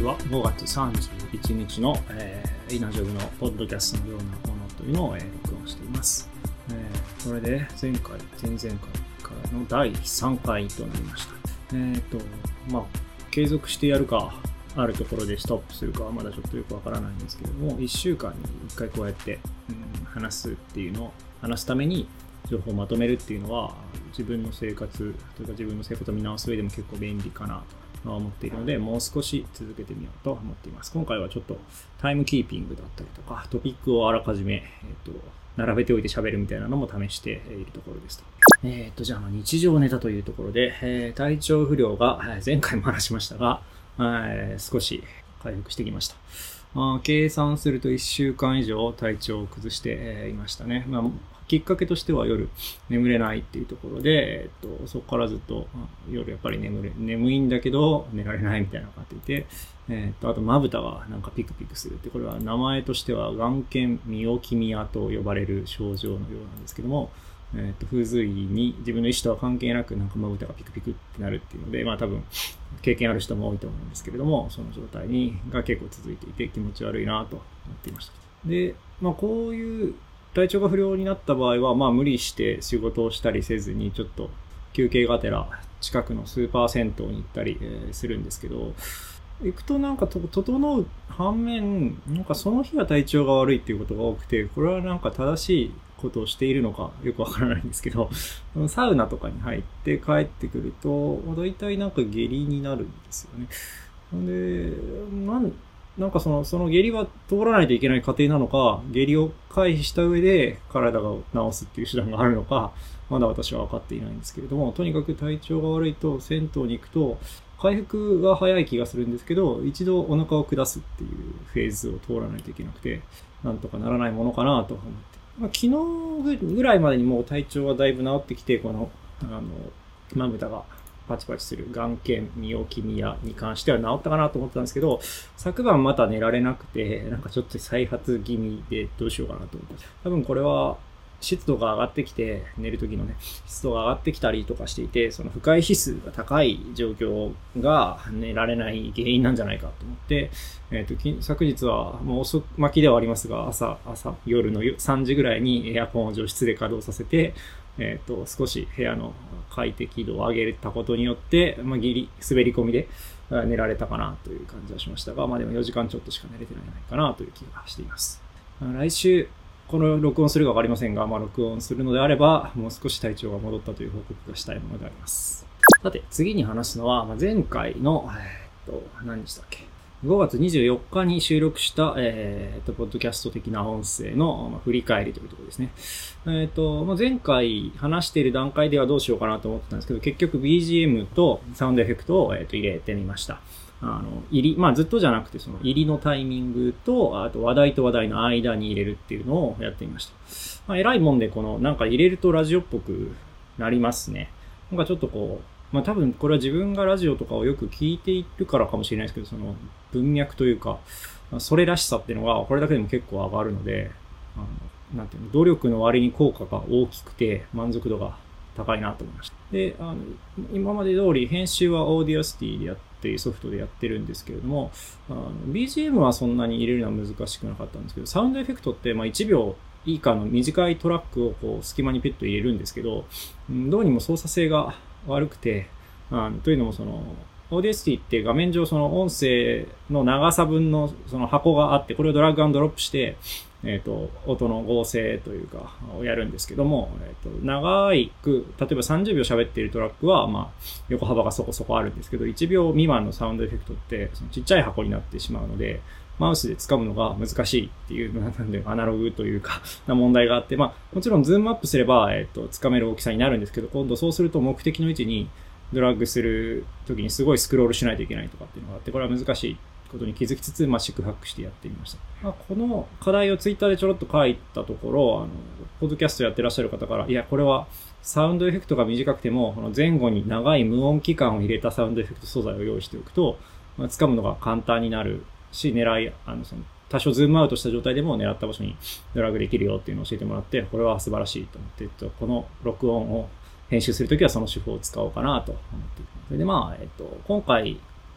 は5月31日の、イナジョグのポッドキャストのようなものというのを、録音しています。これで前々回からの第3回となりました。継続してやるか、あるところでストップするかはまだちょっとよくわからないんですけれども、1週間に1回こうやって、話すために情報をまとめるっていうのは、自分の生活というか自分の生活を見直す上でも結構便利かなと思っているので、もう少し続けてみようと思っています。今回はちょっとタイムキーピングだったりとか、トピックをあらかじめ、並べておいて喋るみたいなのも試しているところですと。じゃあ日常ネタというところで、体調不良が前回も話しましたが、少し回復してきました。計算すると1週間以上体調を崩していましたね。きっかけとしては夜眠れないっていうところで、そこからずっと夜やっぱり眠いんだけど寝られないみたいなのがあっていて、あとまぶたがなんかピクピクするって、これは名前としては眼瞼ミオキミアと呼ばれる症状のようなんですけども、風髄に自分の意思とは関係なくなんかまぶたがピクピクってなるっていうので、多分経験ある人も多いと思うんですけれども、その状態が結構続いていて気持ち悪いなと思っていました。で、こういう体調が不良になった場合は、無理して仕事をしたりせずに、ちょっと休憩がてら近くのスーパー銭湯に行ったりするんですけど、行くとなんか整う反面、なんかその日は体調が悪いっていうことが多くて、これはなんか正しいことをしているのかよくわからないんですけど、サウナとかに入って帰ってくると、だいたいなんか下痢になるんですよね。で、なんかその下痢は通らないといけない過程なのか、下痢を回避した上で体が治すっていう手段があるのか、まだ私は分かっていないんですけれども、とにかく体調が悪いと銭湯に行くと、回復が早い気がするんですけど、一度お腹を下すっていうフェーズを通らないといけなくて、なんとかならないものかなと思って。昨日ぐらいまでにもう体調はだいぶ治ってきて、まぶたがパチパチする眼瞼ミオキミアに関しては治ったかなと思ってたんですけど、昨晩また寝られなくて、なんかちょっと再発気味でどうしようかなと思って。多分これは湿度が上がってきて、寝る時のね、湿度が上がってきたりとかしていて、その不快指数が高い状況が寝られない原因なんじゃないかと思って、昨日はもう遅巻きではありますが、夜の3時ぐらいにエアコンを除湿で稼働させて、少し部屋の快適度を上げたことによって、滑り込みで寝られたかなという感じはしましたが、でも4時間ちょっとしか寝れてないかなという気がしています。来週、この録音するかわかりませんが、録音するのであれば、もう少し体調が戻ったという報告がしたいものであります。さて、次に話すのは、前回の、何でしたっけ？5月24日に収録した、ポッドキャスト的な音声の、振り返りというところですね。前回話している段階ではどうしようかなと思ってたんですけど、結局 BGM とサウンドエフェクトを、入れてみました。ずっとじゃなくて、その入りのタイミングと、あと話題と話題の間に入れるっていうのをやってみました。偉いもんで、なんか入れるとラジオっぽくなりますね。なんかちょっと多分これは自分がラジオとかをよく聞いているからかもしれないですけど、その文脈というか、それらしさっていうのがこれだけでも結構上がるので、努力の割に効果が大きくて満足度が高いなと思いました。で、今まで通り編集はオーディオシティでやっているソフトでやってるんですけれども、BGM はそんなに入れるのは難しくなかったんですけど、サウンドエフェクトって1秒以下の短いトラックを隙間にペット入れるんですけど、どうにも操作性が悪くて、というのもオーディオシティって画面上その音声の長さ分のその箱があって、これをドラッグ&ドロップして、音の合成というか、をやるんですけども、長く、例えば30秒喋っているトラックは、横幅がそこそこあるんですけど、1秒未満のサウンドエフェクトって、そのちっちゃい箱になってしまうので、マウスで掴むのが難しいっていう、アナログというか、な問題があって、もちろんズームアップすれば、掴める大きさになるんですけど、今度そうすると目的の位置にドラッグするときにすごいスクロールしないといけないとかっていうのがあって、これは難しいことに気づきつつ、四苦八苦してやってみました。この課題をツイッターでちょろっと書いたところ、ポッドキャストやってらっしゃる方から、いや、これはサウンドエフェクトが短くても、この前後に長い無音期間を入れたサウンドエフェクト素材を用意しておくと、掴むのが簡単になるし、多少ズームアウトした状態でも狙った場所にドラッグできるよっていうのを教えてもらって、これは素晴らしいと思って、この録音を編集するときはその手法を使おうかなと思っている。それで今回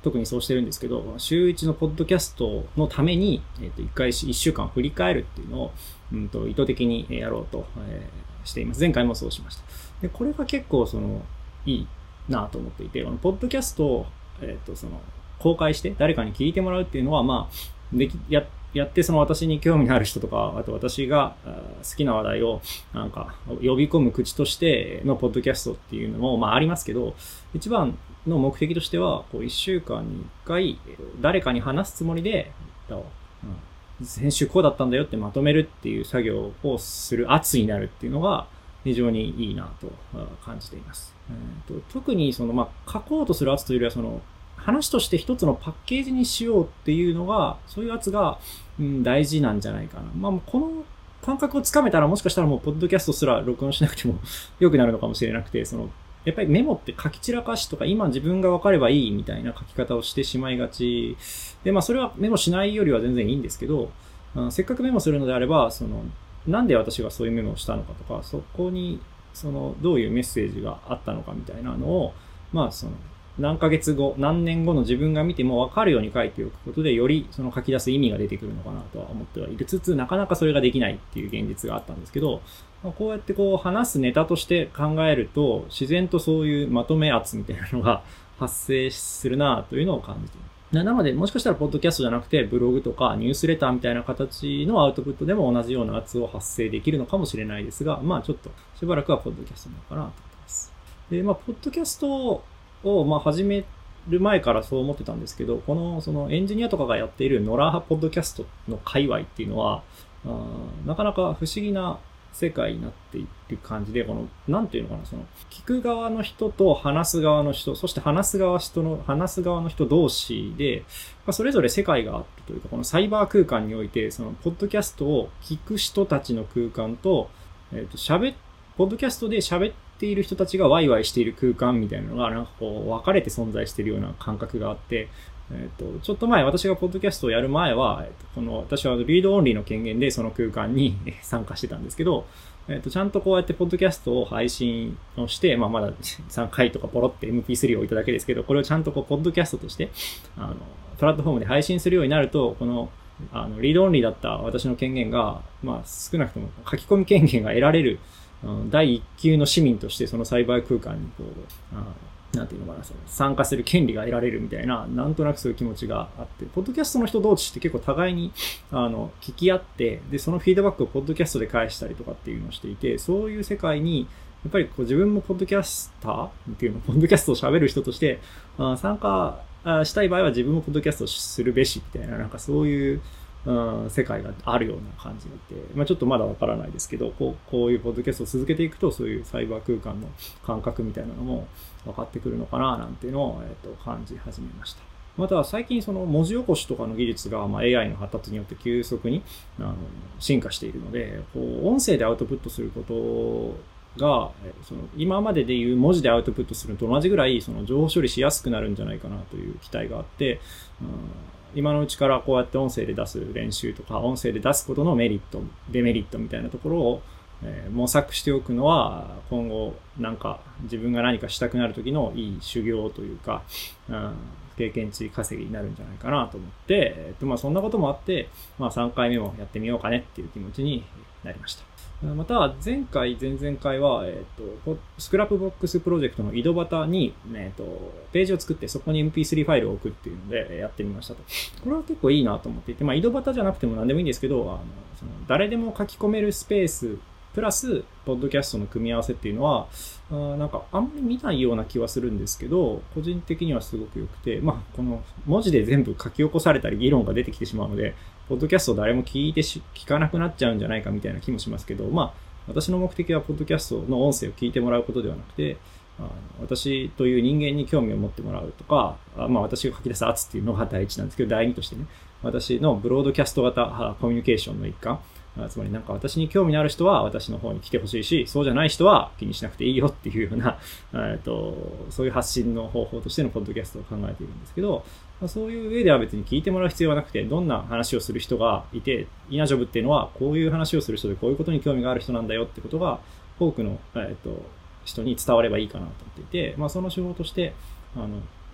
特にそうしてるんですけど、週1のポッドキャストのために、1週間振り返るっていうのを、意図的にやろうと、しています。前回もそうしました。で、これが結構いいなと思っていて、このポッドキャストを、公開して誰かに聞いてもらうっていうのは、まあ、やって私に興味のある人とか、あと私が好きな話題をなんか呼び込む口としてのポッドキャストっていうのもまあありますけど、一番の目的としては、1週間に1回誰かに話すつもりで、先週こうだったんだよってまとめるっていう作業をする圧になるっていうのが非常にいいなと感じています。特にまあ、書こうとする圧というよりは話として一つのパッケージにしようっていうのが、そういう圧が、大事なんじゃないかな。まあ、この感覚をつかめたらもしかしたらもうポッドキャストすら録音しなくても良くなるのかもしれなくて、やっぱりメモって書き散らかしとか今自分が分かればいいみたいな書き方をしてしまいがちで、まあそれはメモしないよりは全然いいんですけど、せっかくメモするのであれば、なんで私がそういうメモをしたのかとか、そこにどういうメッセージがあったのかみたいなのを、まあ何ヶ月後、何年後の自分が見ても分かるように書いておくことで、より書き出す意味が出てくるのかなとは思ってはいるつつ、なかなかそれができないっていう現実があったんですけど、こうやって話すネタとして考えると、自然とそういうまとめ圧みたいなのが発生するなというのを感じています。なので、もしかしたらポッドキャストじゃなくて、ブログとかニュースレターみたいな形のアウトプットでも同じような圧を発生できるのかもしれないですが、まあちょっとしばらくはポッドキャストなのかなと思ってます。で、まあ、ポッドキャストを始める前からそう思ってたんですけど、エンジニアとかがやっているノラハポッドキャストの界隈っていうのは、なかなか不思議な世界になっている感じで、なんていうのかな、聞く側の人と話す側の人、そして話す側の人同士で、それぞれ世界があるというか、このサイバー空間において、ポッドキャストを聞く人たちの空間と、ポッドキャストで喋っている人たちがワイワイしている空間みたいなのが、分かれて存在しているような感覚があって、ちょっと前、私がポッドキャストをやる前は、私はリードオンリーの権限でその空間に参加してたんですけど、ちゃんとこうやってポッドキャストを配信をして、まだ3回とかポロって MP3 を置いただけですけど、これをちゃんとポッドキャストとして、プラットフォームで配信するようになると、リードオンリーだった私の権限が、少なくとも書き込み権限が得られる、第一級の市民としてそのサイバー空間になんていうのかな、参加する権利が得られるみたいな、なんとなくそういう気持ちがあって、ポッドキャストの人同士って結構互いに、聞き合って、で、そのフィードバックをポッドキャストで返したりとかっていうのをしていて、そういう世界に、やっぱり自分もポッドキャスターっていうの、ポッドキャストを喋る人として、参加したい場合は自分もポッドキャストをするべし、みたいな、なんかそういう、世界があるような感じで、ちょっとまだわからないですけど、こういうポッドキャストを続けていくと、そういうサイバー空間の感覚みたいなのも分かってくるのかな、なんていうのを、感じ始めました。また、最近文字起こしとかの技術が、AI の発達によって急速に進化しているので、音声でアウトプットすることが、今まででいう文字でアウトプットするのと同じぐらい、情報処理しやすくなるんじゃないかなという期待があって、今のうちからこうやって音声で出す練習とか、音声で出すことのメリット、デメリットみたいなところを、模索しておくのは、今後なんか自分が何かしたくなる時のいい修行というか、経験値稼ぎになるんじゃないかなと思って、そんなこともあって、3回目もやってみようかねっていう気持ちになりました。また、前々回は、スクラップボックスプロジェクトの井戸端に、ページを作ってそこに MP3 ファイルを置くっていうのでやってみましたと。これは結構いいなと思っていて、井戸端じゃなくても何でもいいんですけど、誰でも書き込めるスペース、プラス、ポッドキャストの組み合わせっていうのは、なんかあんまり見ないような気はするんですけど、個人的にはすごく良くて、この文字で全部書き起こされたり議論が出てきてしまうので、ポッドキャストを誰も聞かなくなっちゃうんじゃないかみたいな気もしますけど、私の目的はポッドキャストの音声を聞いてもらうことではなくて、私という人間に興味を持ってもらうとか、私が書き出す圧っていうのが第一なんですけど、第二としてね、私のブロードキャスト型コミュニケーションの一環、つまりなんか私に興味のある人は私の方に来てほしいし、そうじゃない人は気にしなくていいよっていうような、そういう発信の方法としてのポッドキャストを考えているんですけど、そういう上では別に聞いてもらう必要はなくて、どんな話をする人がいて、イナジョブっていうのはこういう話をする人でこういうことに興味がある人なんだよってことが、多くの、人に伝わればいいかなと思っていて、その手法として、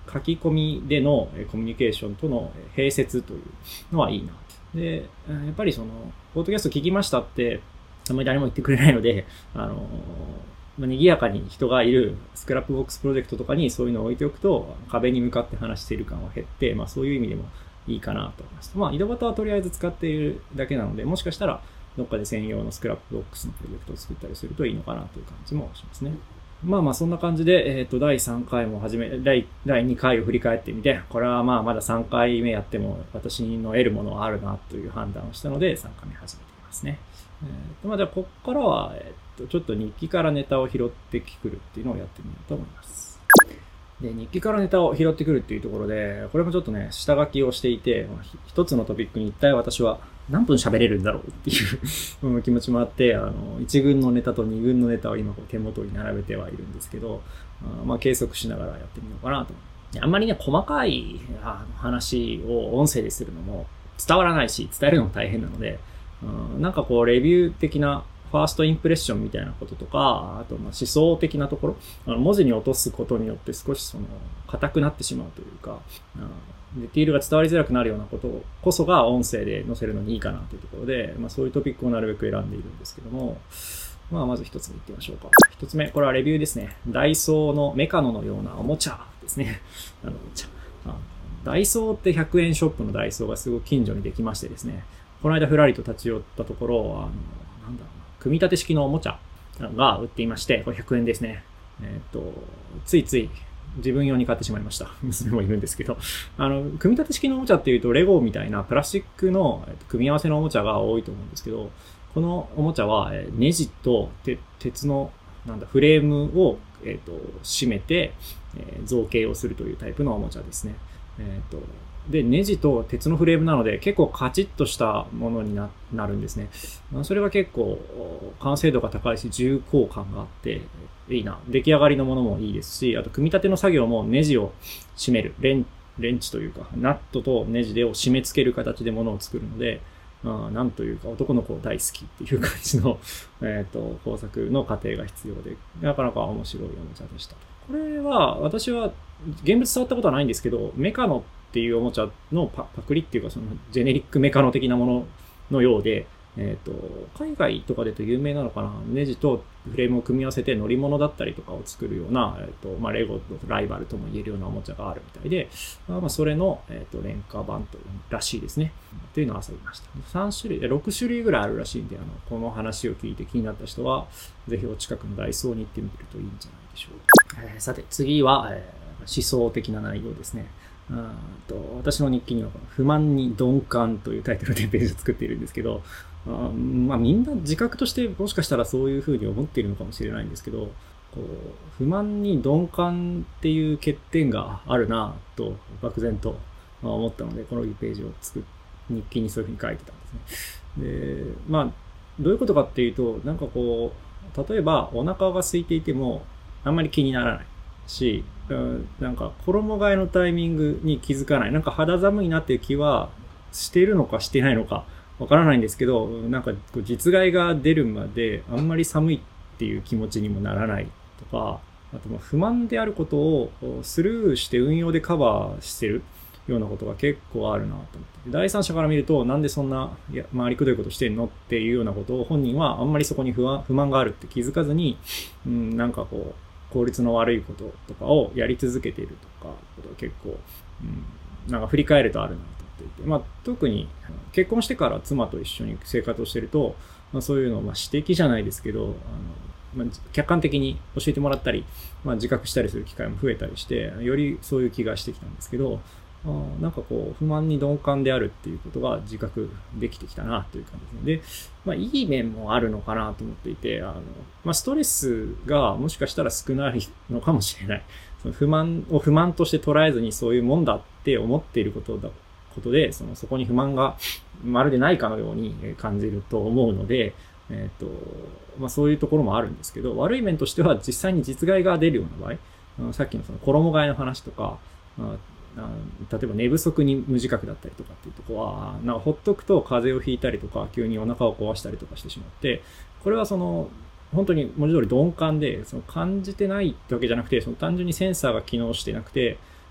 書き込みでのコミュニケーションとの併設というのはいいな。で、やっぱりポッドキャスト聞きましたって、あんまり誰も言ってくれないので、賑やかに人がいるスクラップボックスプロジェクトとかにそういうのを置いておくと、壁に向かって話している感は減って、そういう意味でもいいかなと思います。井戸端はとりあえず使っているだけなので、もしかしたらどっかで専用のスクラップボックスのプロジェクトを作ったりするといいのかなという感じもしますね。そんな感じで、第3回も第2回を振り返ってみて、これはまだ3回目やっても私の得るものはあるなという判断をしたので、3回目始めていますね。じゃあ、ここからは、ちょっと日記からネタを拾ってくるっていうのをやってみようと思います。で、日記からネタを拾ってくるっていうところで、これもちょっとね、下書きをしていて、一つのトピックに一体私は何分喋れるんだろうっていう気持ちもあって、1軍のネタと2軍のネタを今手元に並べてはいるんですけど、計測しながらやってみようかなと。あんまりね、細かい話を音声でするのも伝わらないし、伝えるのも大変なので、なんかレビュー的なファーストインプレッションみたいなこととか、あと思想的なところ、文字に落とすことによって少し硬くなってしまうというか、ディティールが伝わりづらくなるようなことこそが音声で載せるのにいいかなというところで、そういうトピックをなるべく選んでいるんですけども、まず一つ目いってみましょうか。一つ目、これはレビューですね。ダイソーのメカノのようなおもちゃですね。ダイソーって100円ショップのダイソーがすごく近所にできましてですね、この間ふらりと立ち寄ったところ、組み立て式のおもちゃが売っていまして、これ100円ですね。ついつい自分用に買ってしまいました。娘もいるんですけど。組み立て式のおもちゃっていうと、レゴみたいなプラスチックの組み合わせのおもちゃが多いと思うんですけど、このおもちゃはネジと鉄のフレームを締めて造形をするというタイプのおもちゃですね。で、ネジと鉄のフレームなので結構カチッとしたものになるんですね。それが結構完成度が高いし重厚感があっていいな。出来上がりのものもいいですし、あと組み立ての作業もネジを締める。レンチというか、ナットとネジでを締め付ける形でものを作るので、なんというか男の子大好きっていう感じの、工作の過程が必要で、なかなか面白いおもちゃでした。これは、私は現物触ったことはないんですけど、メカノっていうおもちゃのパクリっていうか、ジェネリックメカノ的なもののようで、海外とかでと有名なのかな、ネジとフレームを組み合わせて乗り物だったりとかを作るような、レゴのライバルとも言えるようなおもちゃがあるみたいで、それの、廉価版というらしいですね。というのを遊びました。6種類ぐらいあるらしいんで、この話を聞いて気になった人は、ぜひお近くのダイソーに行ってみるといいんじゃないでしょうか。さて、次は、思想的な内容ですね。私の日記には不満に鈍感というタイトルでページを作っているんですけど、みんな自覚としてもしかしたらそういうふうに思っているのかもしれないんですけど、不満に鈍感っていう欠点があるなと漠然と思ったので、このページを日記にそういうふうに書いてたんですね。で、どういうことかっていうと、例えばお腹が空いていてもあんまり気にならないし、衣替えのタイミングに気づかない。肌寒いなっていう気はしているのかしてないのかわからないんですけど、実害が出るまであんまり寒いっていう気持ちにもならないとか、あと不満であることをスルーして運用でカバーしてるようなことが結構あるなと思って。第三者から見るとなんでそんな回りくどいことしてんのっていうようなことを本人はあんまりそこに不満があるって気づかずに、効率の悪いこととかをやり続けているとか、ことが結構、振り返るとあるなと思っていて、特に結婚してから妻と一緒に生活をしていると、そういうのを指摘じゃないですけど、客観的に教えてもらったり、自覚したりする機会も増えたりして、よりそういう気がしてきたんですけど、不満に鈍感であるっていうことが自覚できてきたなという感じですね。で、いい面もあるのかなと思っていて、ストレスがもしかしたら少ないのかもしれない。その不満を不満として捉えずにそういうもんだって思っていることで、そこに不満がまるでないかのように感じると思うので、そういうところもあるんですけど、悪い面としては実際に実害が出るような場合、さっきの衣替えの話とか、例えば寝不足に無自覚だったりとかっていうところは、ほっとくと風邪をひいたりとか、急にお腹を壊したりとかしてしまって、これは本当に文字通り鈍感で、感じてないってわけじゃなくて、単純にセンサーが機能してなくて、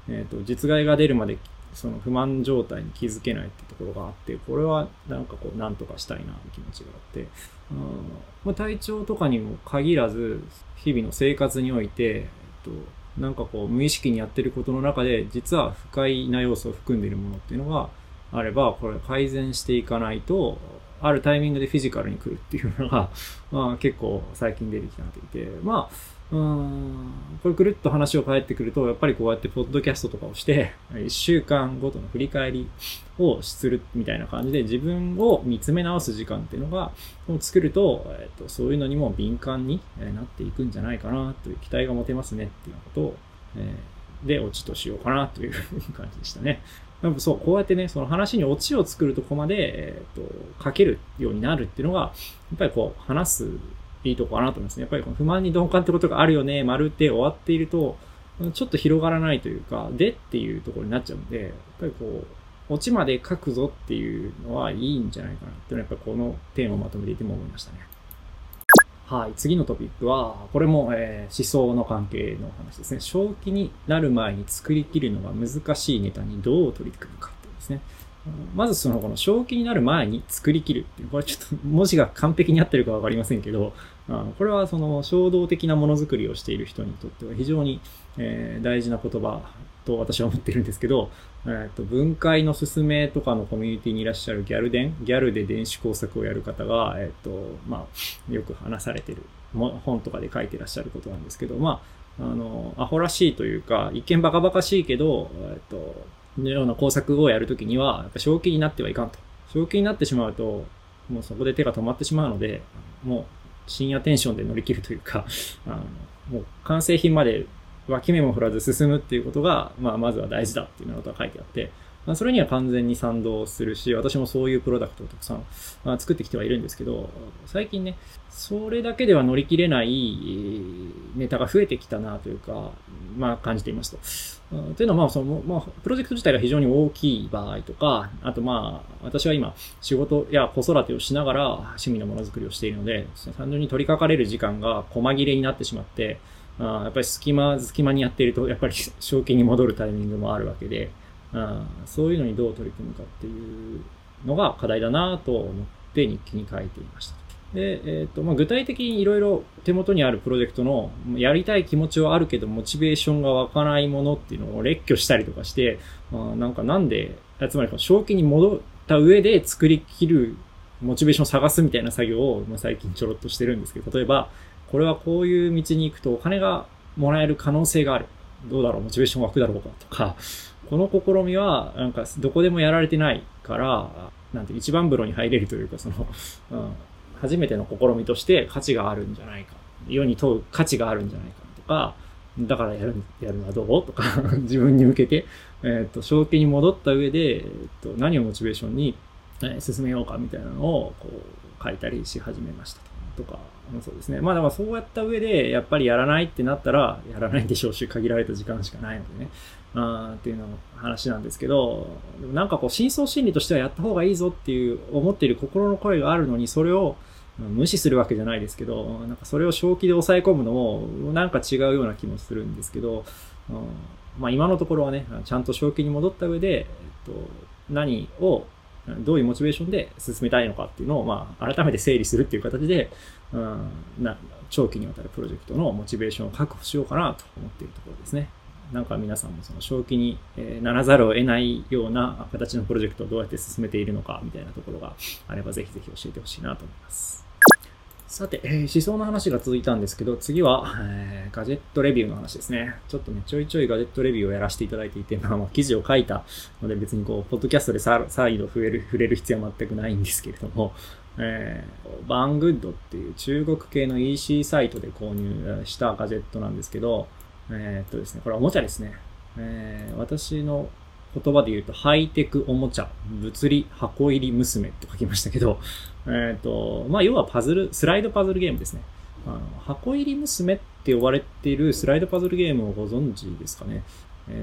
実害が出るまでその不満状態に気づけないってところがあって、これはなんかこうなんとかしたいなって気持ちがあって、体調とかにも限らず日々の生活において、なんかこう無意識にやってることの中で実は不快な要素を含んでいるものっていうのがあれば、これ改善していかないとあるタイミングでフィジカルに来るっていうのが、結構最近出てきていて、これくるっと話を変えてくると、やっぱりこうやってポッドキャストとかをして、1週間ごとの振り返りをするみたいな感じで自分を見つめ直す時間っていうのが作ると、そういうのにも敏感になっていくんじゃないかなという期待が持てますねっていうことを、で、オチとしようかなという感じでしたね。そう、こうやってね、その話にオチを作るとこまで、書けるようになるっていうのが、やっぱりこう、話すいいとこかなと思いますね。やっぱりこの不満に鈍感ってことがあるよね、丸って終わっていると、ちょっと広がらないというか、でっていうところになっちゃうんで、やっぱりこう、オチまで書くぞっていうのはいいんじゃないかなっていうのは、やっぱりこの点をまとめていても思いましたね。はい、次のトピックは、これも、思想の関係の話ですね。正気になる前に作り切るのが難しいネタにどう取り組むかっていうですね。まずこの正気になる前に作り切るっていう、これちょっと文字が完璧に合ってるかわかりませんけど、これはその衝動的なものづくりをしている人にとっては非常に、大事な言葉と私は思ってるんですけど、分解の勧めとかのコミュニティにいらっしゃるギャルで電子工作をやる方が、よく話されている本とかで書いていらっしゃることなんですけど、アホらしいというか、一見バカバカしいけど、のような工作をやるときには、やっぱ正気になってはいかんと。正気になってしまうと、もうそこで手が止まってしまうので、もう深夜テンションで乗り切るというか、もう完成品まで脇目も振らず進むっていうことが、まずは大事だっていうようなことが書いてあって、それには完全に賛同するし、私もそういうプロダクトをたくさん作ってきてはいるんですけど、最近ね、それだけでは乗り切れないネタが増えてきたなというか、感じていますと。というのは、プロジェクト自体が非常に大きい場合とか、あと私は今、仕事や子育てをしながら趣味のものづくりをしているので、単純に取り掛かれる時間が細切れになってしまって、やっぱり隙間にやっていると、やっぱり正気に戻るタイミングもあるわけで、そういうのにどう取り組むかっていうのが課題だなと思って日記に書いていました。で、具体的にいろいろ手元にあるプロジェクトのやりたい気持ちはあるけどモチベーションが湧かないものっていうのを列挙したりとかして、つまり正気に戻った上で作り切るモチベーションを探すみたいな作業を最近ちょろっとしてるんですけど、例えば、これはこういう道に行くとお金がもらえる可能性がある。どうだろう、モチベーション湧くだろうかとか、この試みはどこでもやられてないから、一番風呂に入れるというか、初めての試みとして価値があるんじゃないか。世に問う価値があるんじゃないかとか、だからやるのはどうとか、自分に向けて、正気に戻った上で、何をモチベーションに進めようかみたいなのをこう書いたりし始めましたとか、そうですね。だからそうやった上で、やっぱりやらないってなったら、やらないでしょうし、限られた時間しかないのでね。っていうの話なんですけど、深層心理としてはやった方がいいぞっていう思っている心の声があるのに、それを無視するわけじゃないですけど、それを正気で抑え込むのも違うような気もするんですけど、今のところはね、ちゃんと正気に戻った上で、何をどういうモチベーションで進めたいのかっていうのを、改めて整理するっていう形で、長期にわたるプロジェクトのモチベーションを確保しようかなと思っているところですね。皆さんもその正気にならざるを得ないような形のプロジェクトをどうやって進めているのかみたいなところがあればぜひぜひ教えてほしいなと思います。さて、思想の話が続いたんですけど、次は、ガジェットレビューの話ですね。ちょっとね、ちょいちょいガジェットレビューをやらせていただいていて、記事を書いたので別にポッドキャストで再度触れる必要は全くないんですけれども、バングッドっていう中国系の EC サイトで購入したガジェットなんですけど、ですね、これはおもちゃですね。私の言葉で言うと、ハイテクおもちゃ、物理箱入り娘って書きましたけど、要はスライドパズルゲームですね。箱入り娘って呼ばれているスライドパズルゲームをご存知ですかね。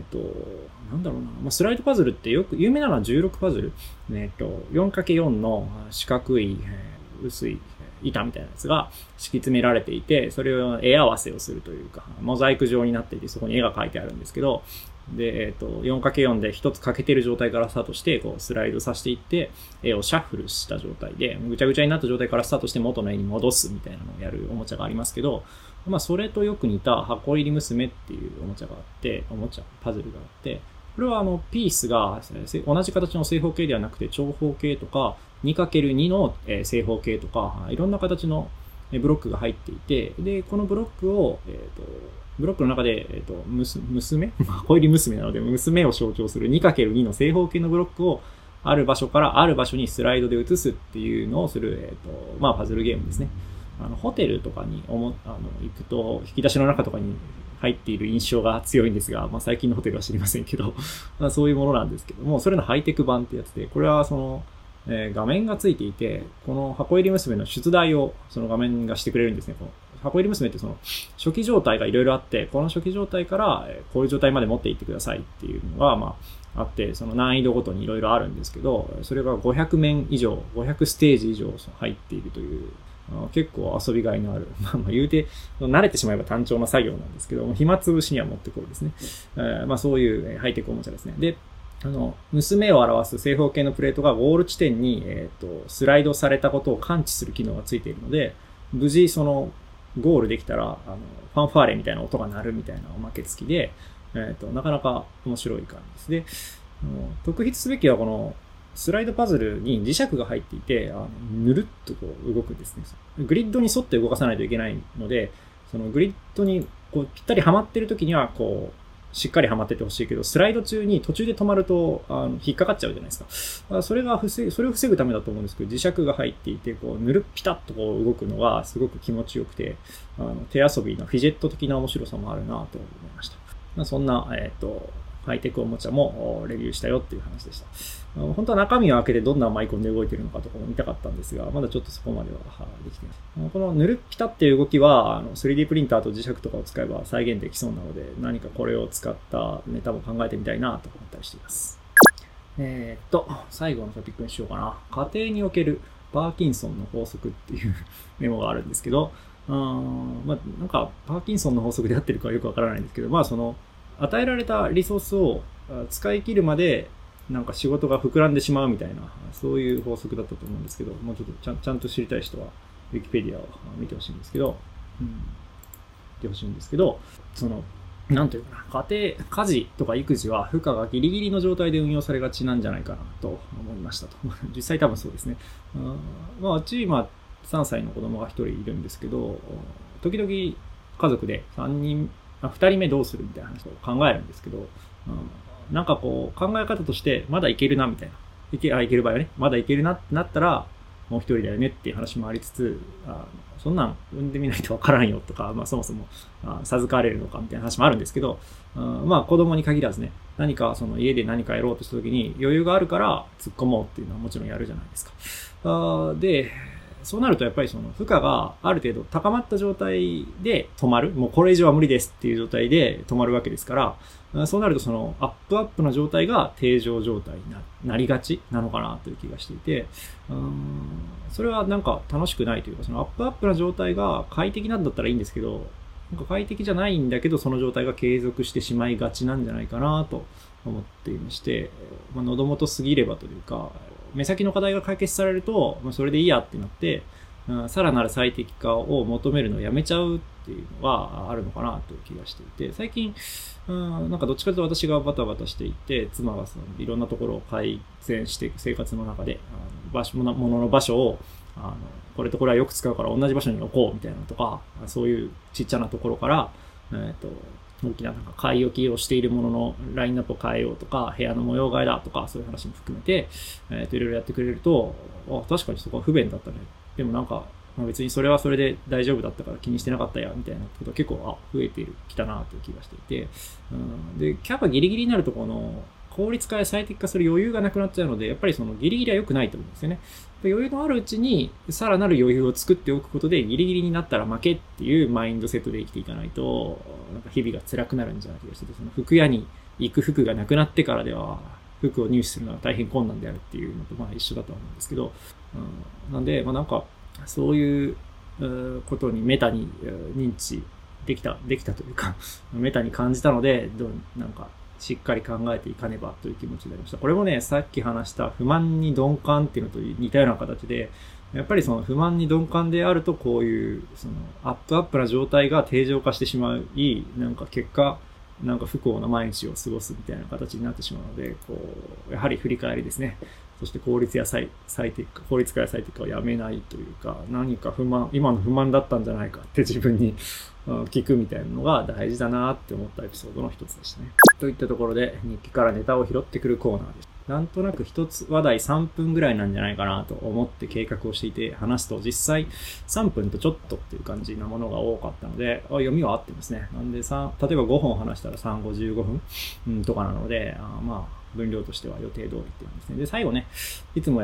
スライドパズルってよく有名なのは16パズル。4×4 の四角い、薄い板みたいなやつが敷き詰められていて、それを絵合わせをするというか、モザイク状になっていて、そこに絵が描いてあるんですけど、 で、4×4 で1つ欠けてる状態からスタートして、こうスライドさせていって、絵をシャッフルした状態で、ぐちゃぐちゃになった状態からスタートして元の絵に戻すみたいなのをやるおもちゃがありますけど、まあそれとよく似た箱入り娘っていうおもちゃがあって、パズルがあって、これはピースが同じ形の正方形ではなくて長方形とか 2×2 の正方形とかいろんな形のブロックが入っていて、で、このブロックを、ブロックの中で、娘箱入り娘なので、娘を象徴する 2×2 の正方形のブロックをある場所からある場所にスライドで移すっていうのをする、まあ、パズルゲームですね。ホテルとかに行くと、引き出しの中とかに入っている印象が強いんですが、まあ、最近のホテルは知りませんけど、まあ、そういうものなんですけども、それのハイテク版ってやつで、これは画面がついていて、この箱入り娘の出題をその画面がしてくれるんですね。この箱入り娘って初期状態がいろいろあって、この初期状態からこういう状態まで持っていってくださいっていうのが、まあ、あって、その難易度ごとにいろいろあるんですけど、それが500面以上、500ステージ以上入っているという、結構遊びがいのある。まあ言うて、慣れてしまえば単調な作業なんですけど、暇つぶしにはもってこいですね。まあそういうハイテクおもちゃですね。で、娘を表す正方形のプレートがゴール地点に、スライドされたことを感知する機能がついているので、無事ゴールできたら、ファンファーレみたいな音が鳴るみたいなおまけ付きで、なかなか面白い感じです。で、特筆すべきはこの、スライドパズルに磁石が入っていて、ぬるっとこう動くんですね。グリッドに沿って動かさないといけないので、そのグリッドにこうぴったりはまってる時には、こう、しっかりはまっててほしいけど、スライド中に途中で止まると、引っかかっちゃうじゃないですか。それを防ぐためだと思うんですけど、磁石が入っていて、こう、ぬるっぴたっとこう動くのがすごく気持ちよくて、手遊びのフィジェット的な面白さもあるなと思いました。そんな、ハイテクおもちゃもレビューしたよっていう話でした。本当は中身を開けてどんなマイコンで動いてるのかとかも見たかったんですが、まだちょっとそこまではできてない。このぬるっぴたっていう動きは、3D プリンターと磁石とかを使えば再現できそうなので、何かこれを使ったネタも考えてみたいなと思ったりしています。最後のトピックにしようかな。家庭におけるパーキンソンの法則っていうメモがあるんですけど、なんかパーキンソンの法則で合ってるかはよくわからないんですけど、与えられたリソースを使い切るまでなんか仕事が膨らんでしまうみたいな、そういう法則だったと思うんですけど、もうちょっとちゃんと知りたい人はウィキペディアを見てほしいんですけど、なんというかな、家事とか育児は負荷がギリギリの状態で運用されがちなんじゃないかなと思いましたと。実際多分そうですね。うち3歳の子供が1人いるんですけど、時々家族で2人目どうするみたいな話を考えるんですけど、なんかこう考え方としてまだいけるなみたいな。いける場合はね、まだいけるなってなったらもう一人だよねっていう話もありつつ、そんなん産んでみないとわからんよとか、そもそも授かれるのかみたいな話もあるんですけど、子供に限らずね、何か家で何かやろうとした時に余裕があるから突っ込もうっていうのはもちろんやるじゃないですか。で、そうなるとやっぱり負荷がある程度高まった状態で止まる。もうこれ以上は無理ですっていう状態で止まるわけですから、そうなるとアップの状態が定常状態になりがちなのかなという気がしていて、それはなんか楽しくないというか、アップな状態が快適なんだったらいいんですけど、なんか快適じゃないんだけど、その状態が継続してしまいがちなんじゃないかなと思っていまして、喉元すぎればというか、目先の課題が解決されると、それでいいやってなって、さらなる最適化を求めるのをやめちゃうっていうのがあるのかなという気がしていて、最近、なんかどっちかというと私がバタバタしていて、妻がいろんなところを改善していく生活の中で、物の場所を、これとこれはよく使うから同じ場所に置こうみたいなのとか、そういうちっちゃなところから、大きななんか買い置きをしているもののラインナップを変えようとか、部屋の模様替えだとか、そういう話も含めて、いろいろやってくれると、確かにそこは不便だったね。でもなんか、別にそれはそれで大丈夫だったから気にしてなかったや、みたいなことが結構、増えてきたなという気がしていて、で、キャパギリギリになると効率化や最適化する余裕がなくなっちゃうので、やっぱりギリギリは良くないと思うんですよね。余裕のあるうちに、さらなる余裕を作っておくことで、ギリギリになったら負けっていうマインドセットで生きていかないと、なんか日々が辛くなるんじゃないかとしてて、服屋に行く服がなくなってからでは、服を入手するのは大変困難であるっていうのと一緒だと思うんですけど、なんで、なんか、そういうことにメタに認知できたというか、メタに感じたので、なんかしっかり考えていかねばという気持ちになりました。これもね、さっき話した不満に鈍感っていうのと似たような形で、やっぱりその不満に鈍感であるとこういう、そのアップな状態が定常化してしまい、なんか結果、なんか不幸な毎日を過ごすみたいな形になってしまうので、やはり振り返りですね。そして効率化や最適化をやめないというか、何か今の不満だったんじゃないかって自分に聞くみたいなのが大事だなって思ったエピソードの一つでしたね。といったところで日記からネタを拾ってくるコーナーです。なんとなく一つ話題3分ぐらいなんじゃないかなと思って計画をしていて話すと実際3分とちょっとっていう感じなものが多かったので、読みは合ってますね。なんで例えば5本話したら3、5、15分とかなので、分量としては予定通りっていうんですね。で、最後ね、いつも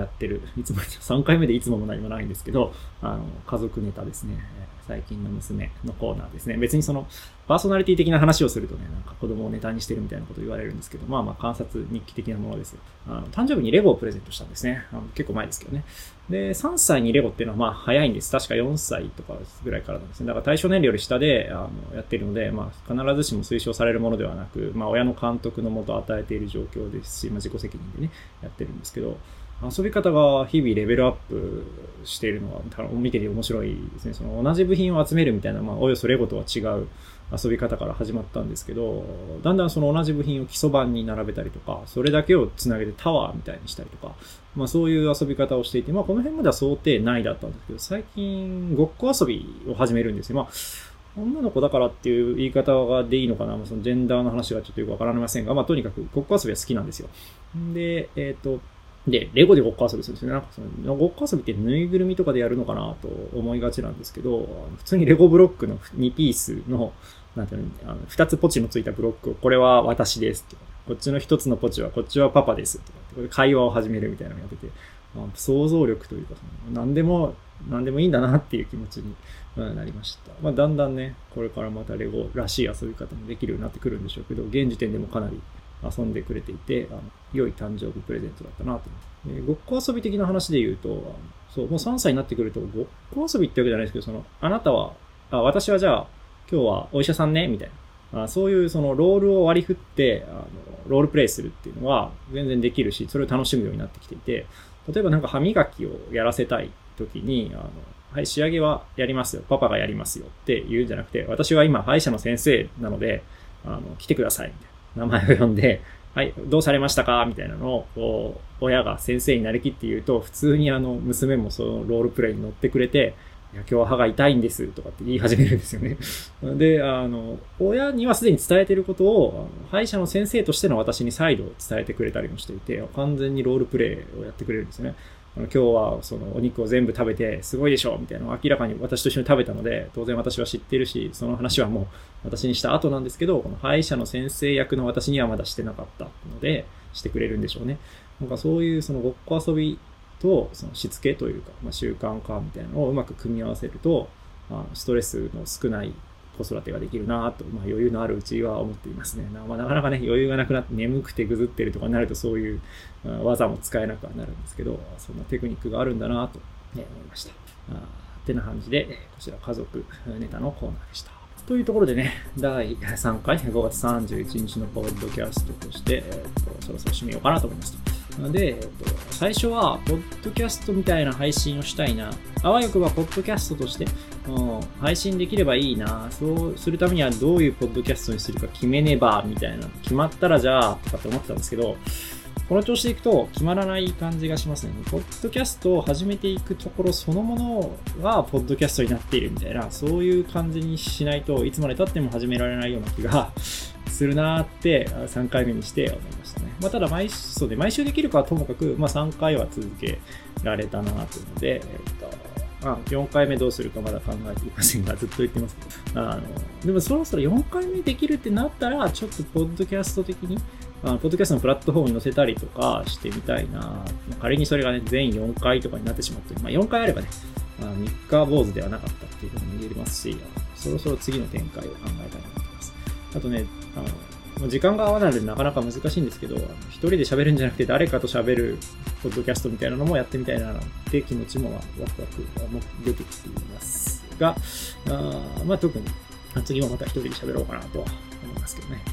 3回目でいつもも何もないんですけど、家族ネタですね。最近の娘のコーナーですね。別にその、パーソナリティ的な話をするとね、なんか子供をネタにしてるみたいなことを言われるんですけど、観察日記的なものですよ。誕生日にレゴをプレゼントしたんですね。結構前ですけどね。で、3歳にレゴっていうのは早いんです。確か4歳とかぐらいからなんですね。だから対象年齢より下で、やっているので、必ずしも推奨されるものではなく、親の監督のもと与えている状況ですし、自己責任でね、やってるんですけど、遊び方が日々レベルアップしているのが見てて面白いですね。その同じ部品を集めるみたいな、およそレゴとは違う遊び方から始まったんですけど、だんだんその同じ部品を基礎板に並べたりとか、それだけをつなげてタワーみたいにしたりとか、そういう遊び方をしていて、この辺までは想定内だったんですけど、最近ごっこ遊びを始めるんですよ。女の子だからっていう言い方がでいいのかな、そのジェンダーの話がちょっとよくわからませんが、とにかくごっこ遊びは好きなんですよ。で、レゴでごっこ遊びするんですよね。なんかそのごっこ遊びってぬいぐるみとかでやるのかなと思いがちなんですけど、普通にレゴブロックの2ピースの、なんていうの、2つポチのついたブロックを、これは私ですとか、こっちの1つのポチはこっちはパパですとか、これ会話を始めるみたいなのをやってて、想像力というか、何でもいいんだなっていう気持ちになりました。だんだんね、これからまたレゴらしい遊び方もできるようになってくるんでしょうけど、現時点でもかなり遊んでくれていて、良い誕生日プレゼントだったなと思って。ごっこ遊び的な話で言うと、もう3歳になってくると、ごっこ遊びってわけじゃないですけど、私はじゃあ、今日はお医者さんねみたいな。そういうそのロールを割り振って、ロールプレイするっていうのは全然できるし、それを楽しむようになってきていて、例えばなんか歯磨きをやらせたい時に、はい、仕上げはやりますよ。パパがやりますよって言うんじゃなくて、私は今歯医者の先生なので、来てくださいみたいな。名前を呼んで、はい、どうされましたかみたいなのを、親が先生になりきって言うと、普通に娘もそのロールプレイに乗ってくれて、いや、今日は歯が痛いんですとかって言い始めるんですよね。で、親にはすでに伝えていることを、歯医者の先生としての私に再度伝えてくれたりもしていて、完全にロールプレイをやってくれるんですよね。今日はそのお肉を全部食べてすごいでしょみたいなのを明らかに私と一緒に食べたので、当然私は知ってるし、その話はもう私にした後なんですけど、この歯医者の先生役の私にはまだしてなかったので、してくれるんでしょうね。なんかそういうそのごっこ遊びとそのしつけというか、習慣化みたいなのをうまく組み合わせると、ストレスの少ない子育てができるなと、余裕のあるうちは思っていますね。なかなかね、余裕がなくなって眠くてぐずってるとかになるとそういう技も使えなくはなるんですけど、そんなテクニックがあるんだなと思いました。ってな感じで、こちら家族ネタのコーナーでした。というところでね、第3回、5月31日のポッドキャストとして、そろそろ締めようかなと思います。で、最初は、ポッドキャストみたいな配信をしたいな。あわよくば、ポッドキャストとして、配信できればいいな。そうするためにはどういうポッドキャストにするか決めねば、みたいな。決まったらじゃあ、とかって思ってたんですけど、この調子でいくと決まらない感じがしますね。ポッドキャストを始めていくところそのものがポッドキャストになっているみたいな、そういう感じにしないといつまで経っても始められないような気がするなーって3回目にして思いましたね。ただ毎週できるかはともかく、3回は続けられたなというので、4回目どうするかまだ考えていませんが、ずっと言ってますけど。でもそろそろ4回目できるってなったら、ちょっとポッドキャスト的に、ポッドキャストのプラットフォームに載せたりとかしてみたいな。仮にそれがね、全4回とかになってしまって、4回あればね、三日坊主ではなかったっていうことも言えますし、そろそろ次の展開を考えたいなと思います。あとね、時間が合わないのでなかなか難しいんですけど、一人で喋るんじゃなくて誰かと喋るポッドキャストみたいなのもやってみたいなって気持ちもワクワク出てきていますが、特に次はまた一人で喋ろうかなとは思いますけどね。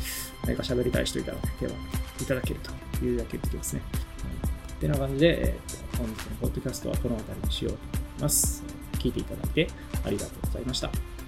何か喋りたい人いたら手はいただけるというだけできますね。ってな感じで、本日のポッドキャストはこの辺りにしようと思います。聞いていただいてありがとうございました。